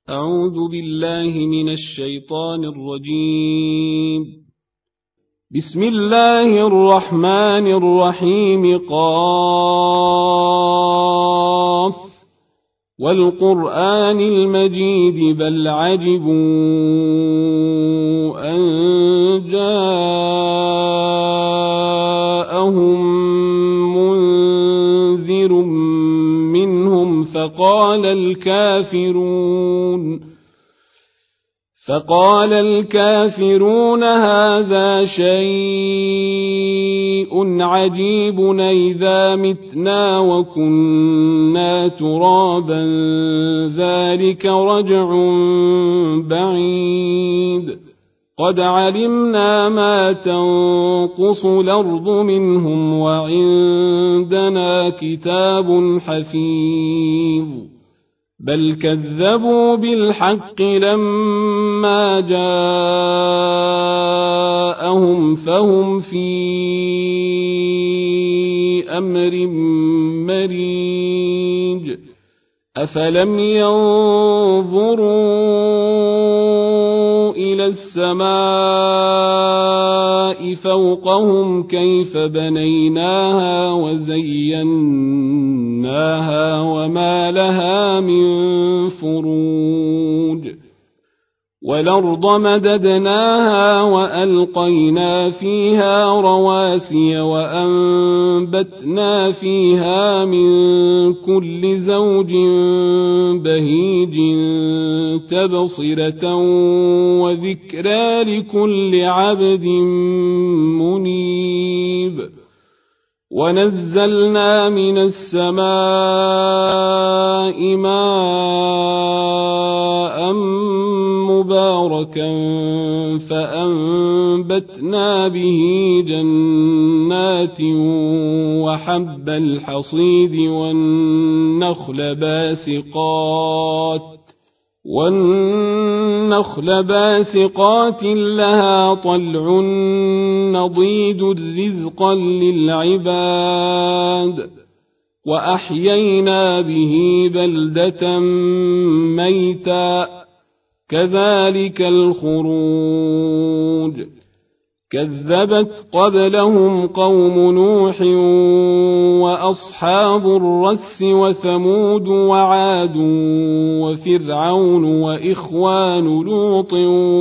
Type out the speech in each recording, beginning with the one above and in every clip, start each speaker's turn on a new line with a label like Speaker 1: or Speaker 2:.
Speaker 1: أعوذ بالله من الشيطان الرجيم.
Speaker 2: بسم الله الرحمن الرحيم. قاف والقرآن المجيد بل عجبوا أن جاءهم منذر منهم فقال الكافرون هذا شيء عجيب أإذا متنا وكنا ترابا ذلك رجع بعيد قد علمنا ما تنقص الأرض منهم وعندنا كتاب حفيظ بل كذبوا بالحق لما جاءهم فهم في أمر مريج أفلم ينظروا إلى السماء فوقهم كيف بنيناها وزيناها وما لها من فروج والأرض مددناها وألقينا فيها رواسي وأنبتنا فيها من كل زوج بهيج تبصرة وذكرى لكل عبد منيب ونزلنا من السماء ماء مباركا فأنبتنا به جنات وحب الحصيد والنخل باسقات لها طلع نضيد رزقا للعباد وأحيينا به بلدة ميتا كذلك الخروج كذبت قبلهم قوم نوح وأصحاب الرس وثمود وعاد وفرعون وإخوان لوط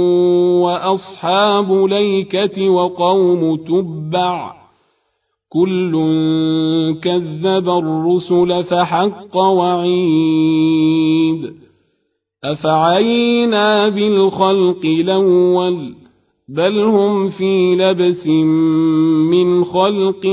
Speaker 2: وأصحاب ليكة وقوم تبع كل كذب الرسل فحق وعيد أفعينا بالخلق الأول بل هم في لبس من خلق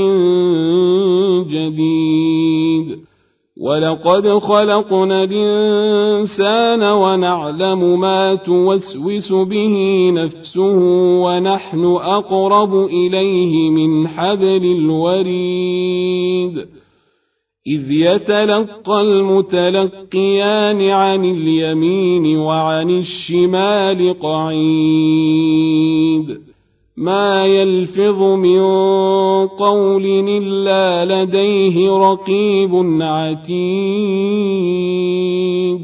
Speaker 2: جديد ولقد خلقنا الإنسان ونعلم ما توسوس به نفسه ونحن أقرب إليه من حبل الوريد إذ يتلقى المتلقيان عن اليمين وعن الشمال قعيد ما يلفظ من قول إلا لديه رقيب عتيد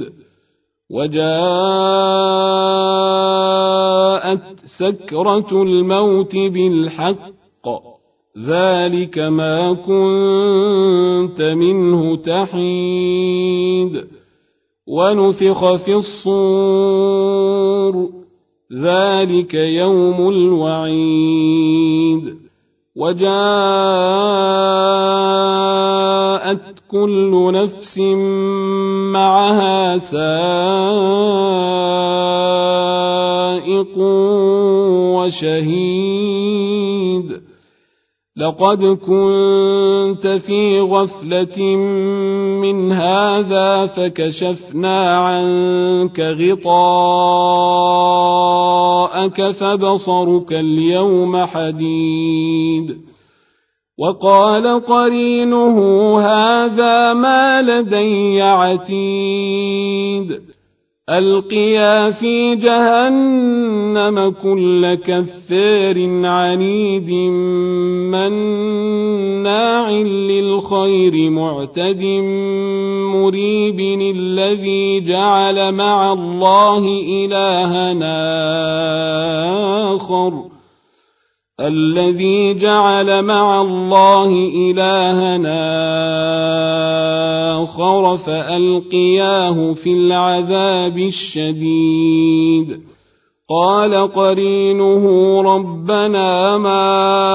Speaker 2: وجاءت سكرة الموت بالحق ذلك ما كنت منه تحيد ونفخ في الصور ذلك يوم الوعيد وجاءت كل نفس معها سائق وشهيد لقد كنت في غفلة من هذا فكشفنا عنك غطاءك فبصرك اليوم حديد وقال قرينه هذا ما لدي عتيد ألقيا في جهنم كل كفار عنيد مناع للخير معتد مريب الذي جعل مع الله إلهنا آخر فألقياه في العذاب الشديد قال قرينه ربنا ما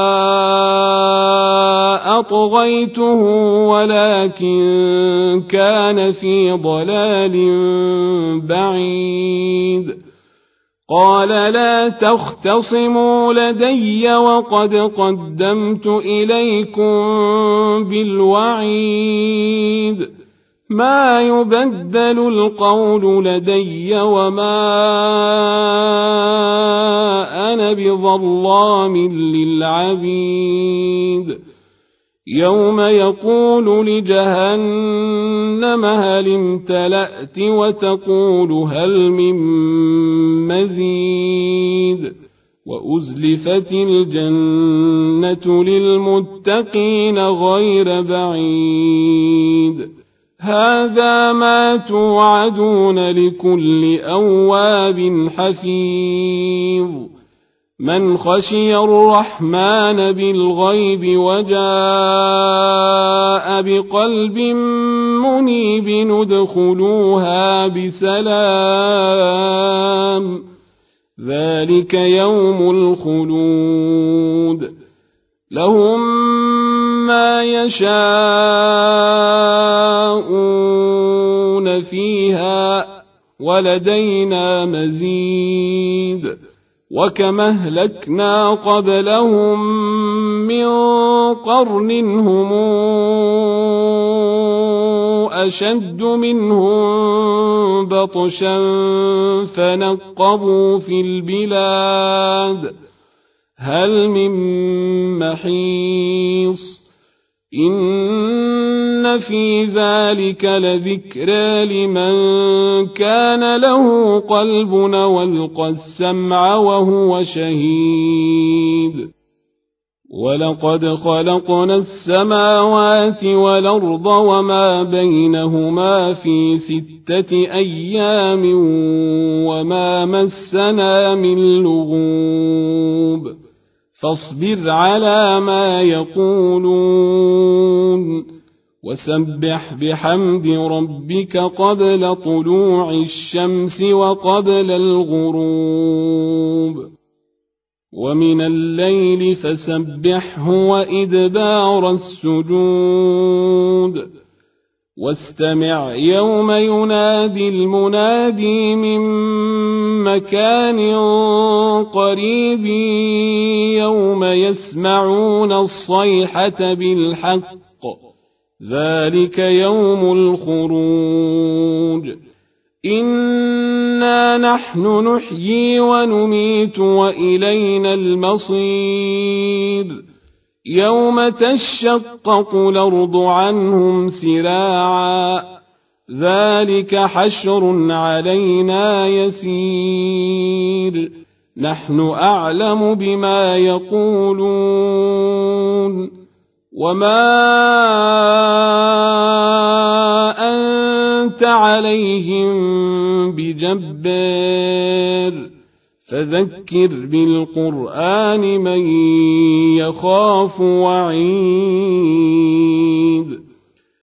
Speaker 2: أطغيته ولكن كان في ضلال بعيد قال لا تختصموا لدي وقد قدمت إليكم بالوعيد ما يبدل القول لدي وما أنا بظلام للعبيد يوم يقول لجهنم هل امتلأت وتقول هل من مزيد وأزلفت الجنة للمتقين غير بعيد هذا ما توعدون لكل أواب حفيظ من خشي الرحمن بالغيب وجاء بقلب منيب ندخلوها بسلام ذلك يوم الخلود لهم ما يشاءون فيها ولدينا مزيد وكما أهلكنا قبلهم من قرن هم أشد منهم بطشا فنقبوا في البلاد هل من محيص إن في ذلك لذكرى لمن كان له قلب والقى السمع وهو شهيد ولقد خلقنا السماوات والأرض وما بينهما في 6 أيام وما مسنا من لغوب فاصبر على ما يقولون وسبح بحمد ربك قبل طلوع الشمس وقبل الغروب ومن الليل فسبحه وإدبار السجود واستمع يوم ينادي المنادي من مكان قريب يوم يسمعون الصيحة بالحق ذلك يوم الخروج إنا نحن نحيي ونميت وإلينا المصير يوم تشقق الأرض عنهم سراعا ذلك حشر علينا يسير نحن أعلم بما يقولون وما أنت عليهم بجبار فذكر بالقرآن من يخاف وعيد